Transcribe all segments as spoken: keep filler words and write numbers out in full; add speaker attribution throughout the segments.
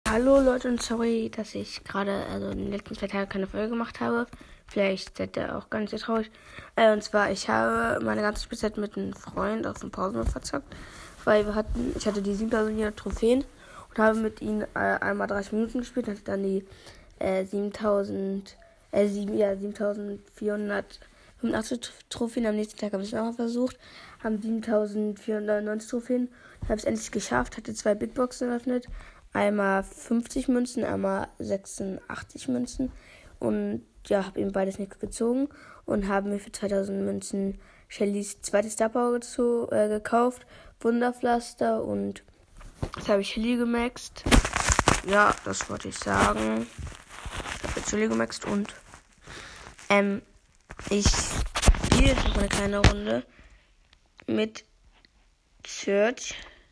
Speaker 1: Hallo Leute und sorry, dass ich gerade, also in den letzten zwei Tagen keine Folge gemacht habe. Vielleicht seid ihr auch gar nicht so traurig. Äh, und zwar, ich habe meine ganze Spielzeit mit einem Freund auf dem Pausenhof verzockt. Weil wir hatten, ich hatte die siebentausend Trophäen und habe mit ihm äh, einmal dreißig Minuten gespielt. Hatte dann die äh, siebentausend, äh, sieben, ja, siebentausendvierhundertfünfundachtzig Trophäen. Am nächsten Tag habe ich es nochmal versucht. Haben siebentausendvierhundertneunzig Trophäen. Habe es endlich geschafft, hatte zwei Big Boxen eröffnet. Einmal fünfzig Münzen, einmal sechsundachtzig Münzen. Und ja, habe eben beides nicht gezogen. Und haben mir für zweitausend Münzen Shellys zweites Star Power zu, äh, gekauft. Wunderpflaster. Und jetzt habe ich Shelly gemaxt. Ja, das wollte ich sagen. Ich habe jetzt Shelly gemaxt und ähm, ich spiele jetzt noch eine kleine Runde mit Search.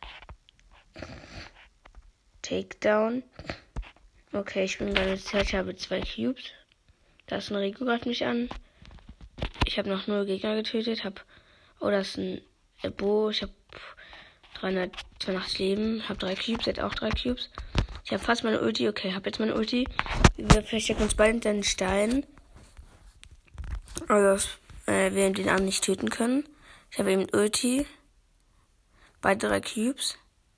Speaker 1: Takedown. Okay, ich bin gerade Search, ich habe zwei Cubes. Da ist ein Rico, greift mich an. Ich habe noch null Gegner getötet. Hab, oh, das ist ein Ebo. Ich habe dreihundertzweiundachtzig Leben. Habe drei Cubes, er hat auch drei Cubes. Ich habe fast meine Ulti. Okay, habe jetzt meine Ulti. Wir verstecken uns beide hinter den Stein. Also, dass äh, wir den anderen nicht töten können. Ich habe eben Ulti. Beide drei Cubes.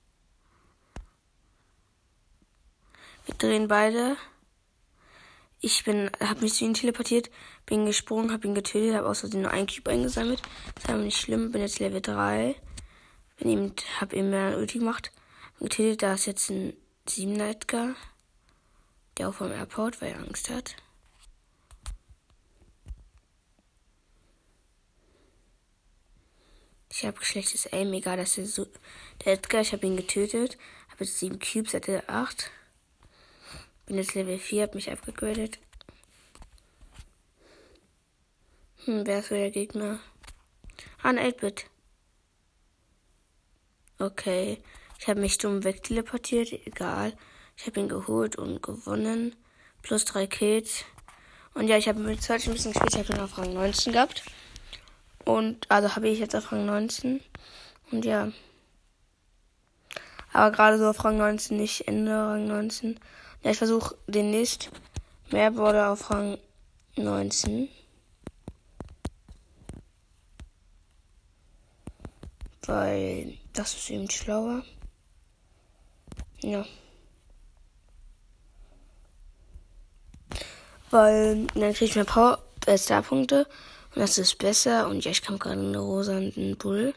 Speaker 1: Wir drehen beide. Ich bin, habe mich zu ihm teleportiert, bin gesprungen, habe ihn getötet, habe außerdem nur einen Cube eingesammelt. Das ist aber nicht schlimm, bin jetzt Level drei. Bin eben, habe eben mehr Ulti gemacht. Getötet, da ist jetzt ein siebener Edgar, der auch vom Airport, weil er Angst hat. Ich habe schlechtes Aim, egal, dass der so, der Edgar, ich habe ihn getötet, habe jetzt sieben Cubes, hatte acht. Bin jetzt Level vier, hab mich abgegradet. Hm, wer ist so der Gegner? Ah, ein acht-Bit. Okay. Ich habe mich dumm wegteleportiert, egal. Ich habe ihn geholt und gewonnen. Plus drei Kills. Und ja, ich habe mit Search ein bisschen gespielt. Ich habe ihn auf Rang neunzehn gehabt. Und, also habe ich jetzt auf Rang neunzehn. Und ja. Aber gerade so auf Rang neunzehn, nicht Ende Rang neunzehn. Ja, ich versuche demnächst mehr Border auf Rang neunzehn. Weil das ist eben schlauer. Ja. Weil dann kriege ich mehr Power, äh, Star-Punkte. Und das ist besser. Und ja, ich kann gerade eine Rosa und einen Bull.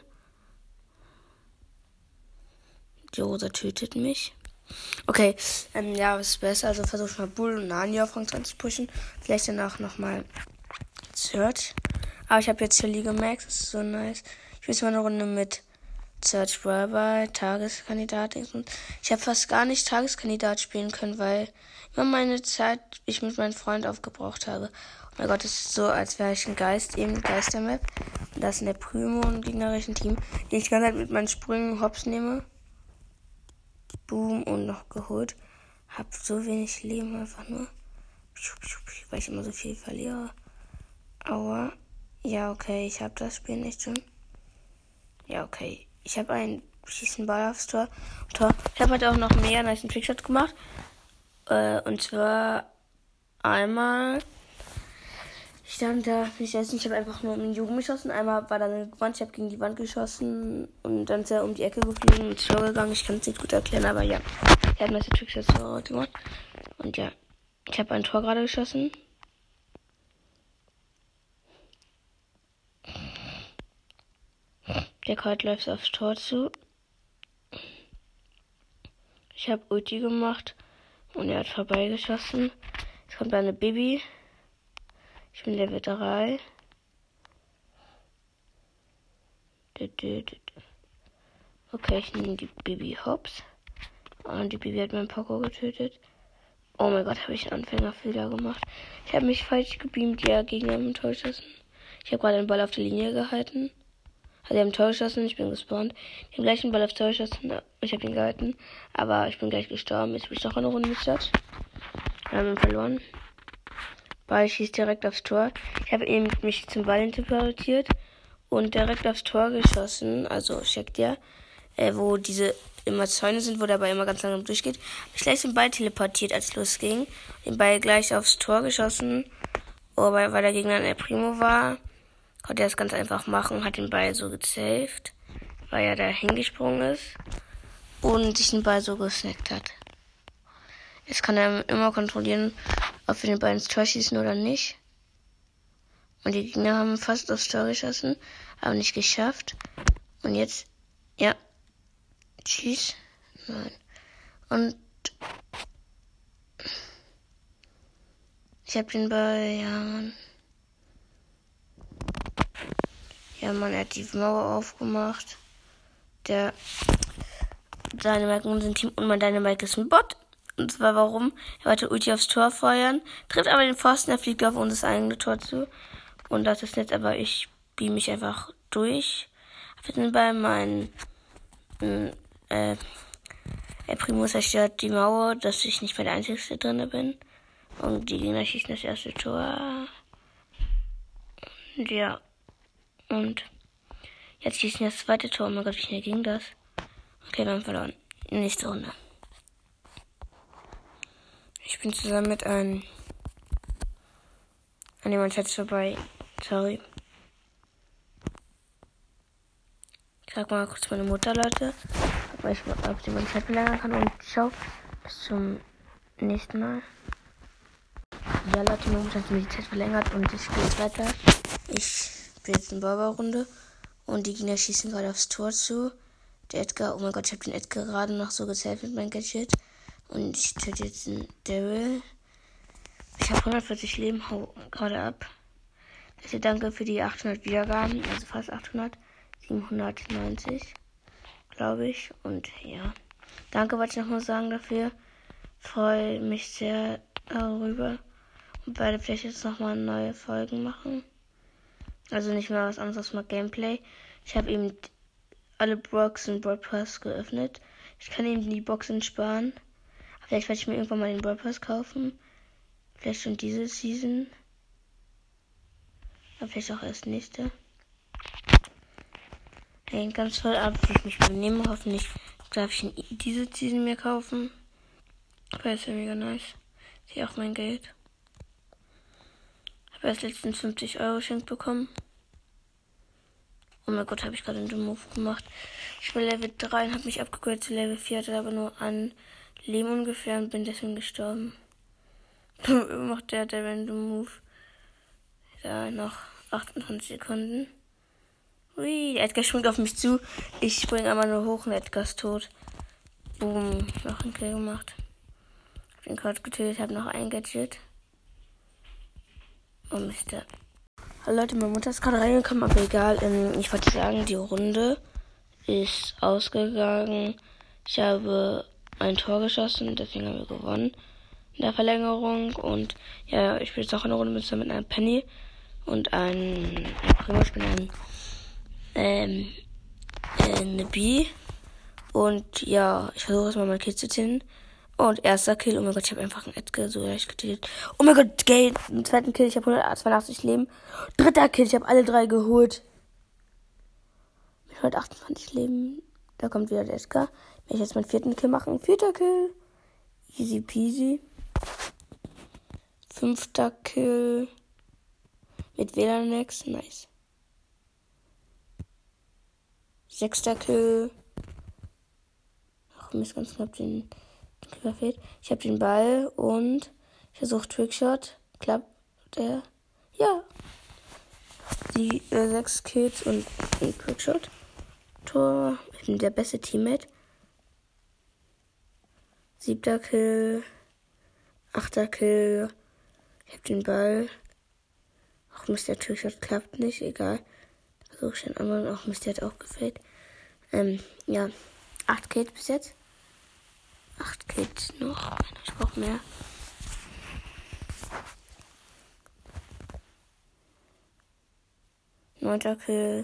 Speaker 1: Die Rosa tötet mich. Okay, ähm, ja, was ist besser? Also versuche ich mal Bull und Nani auf Rang zwanzig zu pushen. Vielleicht danach nochmal Search. Aber ich habe jetzt Shelly gemaxt, das ist so nice. Ich will jetzt mal eine Runde mit Search Brawler, Tageskandidat. Ich habe fast gar nicht Tageskandidat spielen können, weil immer meine Zeit ich mit meinem Freund aufgebraucht habe. Oh mein Gott, es ist so, als wäre ich ein Geist, eben Geistermap. Und das ist der Primo im gegnerischen Team, den ich die ganze Zeit mit meinen Sprüngen hops nehme. Boom, und noch geholt. Hab so wenig Leben einfach nur. Weil ich immer so viel verliere. Aua. Ja, okay, ich hab das Spiel nicht schon. Ja, okay. Ich habe einen schießen Ball aufs Tor. Tor. Ich habe heute auch noch mehr als einen Trickshot gemacht. Äh, und zwar einmal. Ich stand da, ich weiß nicht, ich habe einfach nur um die Jugend geschossen. Einmal war da eine Wand, ich habe gegen die Wand geschossen und dann ist er um die Ecke geflogen und ist schlau gegangen. Ich kann es nicht gut erklären, aber ja. Ich habe meiste Trickshots heute gemacht. Und ja, ich habe ein Tor gerade geschossen. Der Colt läuft aufs Tor zu. Ich habe Ulti gemacht und er hat vorbeigeschossen. Jetzt kommt da eine Bibi. Ich bin Level drei. Okay, ich nehme die Bibi hops. Und die Bibi hat meinen Poco getötet. Oh mein Gott, habe ich einen Anfängerfehler gemacht. Ich habe mich falsch gebeamt, ja, gegen einen Tor geschossen. Ich habe gerade den Ball auf der Linie gehalten. Also, die haben ein Tor geschossen, ich bin gespawnt. Die haben gleich den Ball aufs Tor geschossen, ich habe ihn gehalten. Aber ich bin gleich gestorben. Jetzt bin ich noch eine Runde mit Stadt. Wir haben ihn verloren. Ball schießt direkt aufs Tor. Ich habe eben mich zum Ball interpretiert und direkt aufs Tor geschossen. Also, checkt ja. äh, wo diese immer Zäune sind, wo der Ball immer ganz langsam durchgeht. Hab ich gleich den Ball teleportiert, als es losging. Den Ball gleich aufs Tor geschossen. Aber weil der Gegner ein El Primo war, konnte er das ganz einfach machen, hat den Ball so gesaved, weil er da hingesprungen ist und sich den Ball so gesnackt hat. Jetzt kann er immer kontrollieren, ob wir den Ball ins Tor schießen oder nicht. Und die Gegner haben fast aufs Tor geschossen, aber nicht geschafft. Und jetzt, ja, schieß. Nein. Und ich hab den Ball, ja, Mann. Ja, Mann, er hat die Mauer aufgemacht. Der Dynamite und sein Team und mein Dynamite ist ein Bot. Und zwar warum? Er wollte Ulti aufs Tor feuern, trifft aber den Pfosten, er fliegt auf unser eigenes Tor zu. Und das ist nett, aber ich beam mich einfach durch. Hab den Ball, mein äh, El Primo zerstört die Mauer, dass ich nicht mehr der Einzige drin bin. Und die Gegner schießen das erste Tor. Und ja. Und jetzt schießen das zweite Tor. Oh mein Gott, wie schnell ging das? Okay, wir haben verloren. Nächste Runde. Ich bin zusammen mit einem... An jemand Chat vorbei. Sorry. Ich sag mal kurz meine Mutter, Leute. Ob ich, ob sie meinen Chat verlängern kann. Und ciao. Bis zum nächsten Mal. Ja, Leute, meine Mutter hat mir die Zeit verlängert und ich spiele jetzt weiter. Ich spiele jetzt eine Bauer-Runde und die Gegner schießen gerade aufs Tor zu. Der Edgar, oh mein Gott, ich habe den Edgar gerade noch so gezählt mit meinem Gadget. Und ich töte jetzt einen Daryl. Ich habe hundertvierzig Leben, hau gerade ab. Also danke für die achthundert Wiedergaben, also fast achthundert. siebenhundertneunzig, glaube ich. Und ja, danke, wollte ich nochmal sagen dafür. Freue mich sehr darüber. Und werde vielleicht jetzt nochmal neue Folgen machen. Also nicht mehr was anderes, mal Gameplay. Ich habe eben alle Boxen Brawl Pass geöffnet. Ich kann eben die Boxen sparen. Aber vielleicht werde ich mir irgendwann mal den Brawl Pass kaufen. Vielleicht schon diese Season. Aber vielleicht auch erst nächste. Hängt ganz voll ab, wie ich mich benehme. Hoffentlich darf ich diese Season mir kaufen. Aber ist ja mega nice. Ich sehe auch mein Geld. Habe erst letztens fünfzig Euro geschenkt bekommen. Oh mein Gott, habe ich gerade einen dummen Move gemacht. Ich war Level drei und habe mich abgegradet zu Level vier, hatte aber nur ein Leben ungefähr und bin deswegen gestorben. Macht der der random Move. Da noch achtundzwanzig Sekunden. Ui, der Edgar springt auf mich zu. Ich springe einmal nur hoch und Edgar ist tot. Boom, noch einen Kill gemacht. Hab den gerade getötet, habe noch ein Gadget. Oh Mist. Hallo Leute, meine Mutter ist gerade reingekommen, aber egal. Ähm, ich wollte sagen, die Runde ist ausgegangen. Ich habe ein Tor geschossen, deswegen haben wir gewonnen in der Verlängerung. Und ja, ich spiele jetzt auch eine Runde mit, mit einer Penny und einem Primo. Ich bin ein ähm, äh, eine B. Und ja, ich versuche erstmal mein Kill zu ziehen. Und erster Kill, oh mein Gott, ich habe einfach einen Edgar so leicht getötet. Oh mein Gott, Geld, einen zweiten Kill, ich habe hundertzweiundachtzig Leben. Dritter Kill, ich habe alle drei geholt. Mit hundertachtundzwanzig Leben, da kommt wieder der Edgar. Wenn ich jetzt meinen vierten Kill machen, vierter Kill. Easy peasy. Fünfter Kill. Mit W L A N-Max, nice. Sechster Kill. Ach, mir ist ganz knapp den... Fehlt. Ich habe den Ball und ich versuche Trickshot. Klappt der? Ja. Die äh, sechs Kills und ein Trickshot. Tor. Ich bin der beste Teammate. Siebter Kill. Achter Kill. Ich habe den Ball. Ach Mist, der Trickshot klappt nicht. Egal. Versuche ich den anderen. Ach Mist, der hat auch gefällt. Ähm, ja. Acht Kills bis jetzt. Acht Kills noch. Ich brauche mehr. Neunter Kill.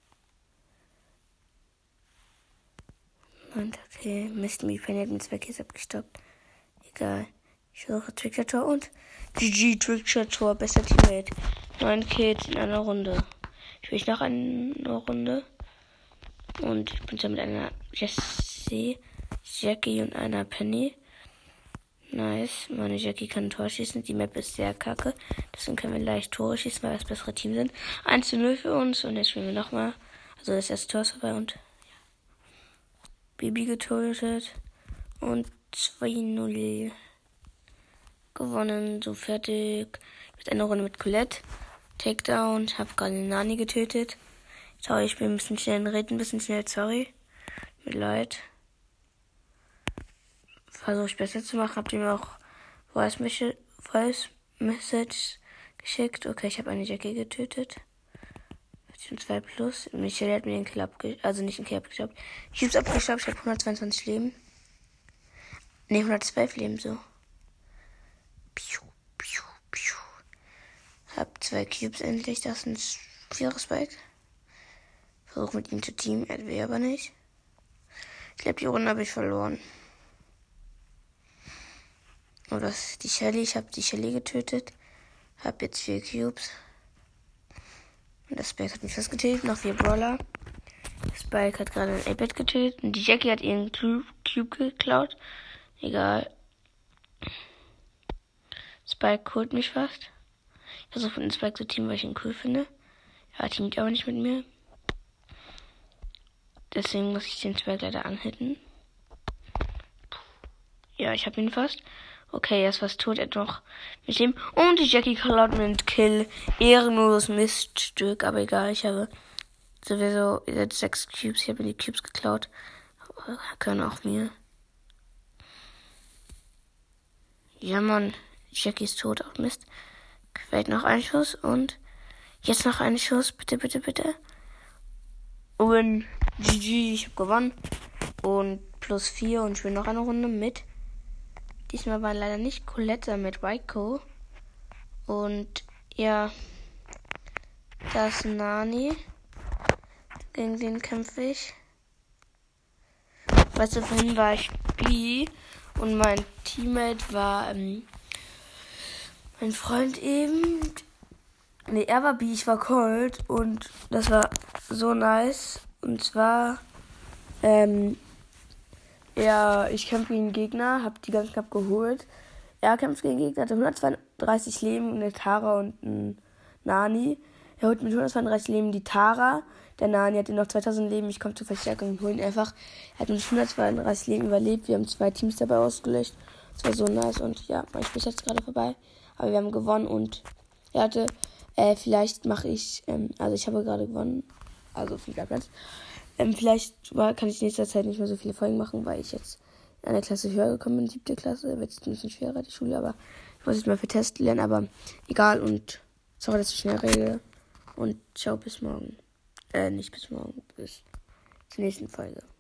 Speaker 1: Neunter Kill. Mist, mi Penny hat mit zwei Kills abgestoppt. Egal. Ich versuche Trickshot-Tor und G G Trickshot-Tor. Bester Teammate. Neun Kills in einer Runde. Ich will noch eine Runde. Und ich bin schon mit einer Jessie, Jackie und einer Penny. Nice. Meine Jackie kann ein Tor schießen. Die Map ist sehr kacke. Deswegen können wir leicht Tore schießen, weil wir das bessere Team sind. eins zu null für uns. Und jetzt spielen wir nochmal. Also das erste Tor ist vorbei und ja. Bibi getötet. Und zwei null. Gewonnen. So fertig. Mit einer Runde mit Colette. Takedown. Hab gerade Nani getötet. Sorry, ich bin ein bisschen schnell reden. Ein bisschen schnell, sorry. Mit leid. Versuche ich besser zu machen. Habt ihr mir auch Voice Message geschickt? Okay, ich habe eine Jackie getötet. Schon zwei plus. Michelle hat mir den Kill abgestaubt. Also nicht den Kill abgestaubt. Ich hab's abgestaubt. Ich habe hundertzweiundzwanzig Leben. Ne, hundertzwölf Leben so. Piu, piu, piu. Hab zwei Cubes endlich. Das ist ein vierer Spike. Versuche mit ihm zu teamen. Er will aber nicht. Ich glaube, die Runde habe ich verloren. Und das ist die Shelly. Ich habe die Shelly getötet. Hab jetzt vier Cubes. Und das Spike hat mich fast getötet. Noch vier Brawler. Spike hat gerade ein A-Bett getötet. Und die Jackie hat ihren Cube geklaut. Egal. Spike holt mich fast. Ich versuche mit dem Spike zu teamen, weil ich ihn cool finde. Er teamt aber nicht mit mir. Deswegen muss ich den Spike leider anhitten. Ja, ich habe ihn fast. Okay, er ist fast tot. Er hat noch mit dem. Und die Jackie klaut mir einen Kill. Ehrenloses Miststück. Aber egal, ich habe sowieso jetzt sechs Cubes. Ich habe mir die Cubes geklaut. Aber können auch mir. Ja, Mann. Jackie ist tot. Auch Mist. Vielleicht noch ein Schuss. Und jetzt noch ein Schuss. Bitte, bitte, bitte. Und G G. Ich habe gewonnen. Und plus vier. Und ich will noch eine Runde mit. Diesmal war leider nicht Colette, sondern mit Raiko. Und ja, das ist Nani. Gegen den kämpfe ich. Weißt du, vorhin war ich B und mein Teammate war ähm, mein Freund eben. Ne, er war B, ich war Colt. Und das war so nice. Und zwar, ähm, ja, ich kämpfe gegen Gegner, hab die ganzen knapp geholt. Er kämpft gegen Gegner, hatte hundertzweiunddreißig Leben, eine Tara und ein Nani. Er holt mit hundertzweiunddreißig Leben die Tara. Der Nani hatte noch zweitausend Leben. Ich komme zur Verstärkung und hole ihn einfach. Er hat uns hundertzweiunddreißig Leben überlebt. Wir haben zwei Teams dabei ausgelöscht. Das war so nice. Und ja, mein Spiel ist jetzt gerade vorbei. Aber wir haben gewonnen und er hatte, äh, vielleicht mache ich, ähm, also ich habe gerade gewonnen. Also fünfter Platz. Ähm, vielleicht war, kann ich in nächster Zeit nicht mehr so viele Folgen machen, weil ich jetzt in eine Klasse höher gekommen bin, siebte Klasse. Wird jetzt ein bisschen schwerer, die Schule, aber ich muss jetzt mal für Test lernen, aber egal und sorry, dass ich schnell rede. Und ciao, bis morgen. Äh, nicht bis morgen, bis zur nächsten Folge.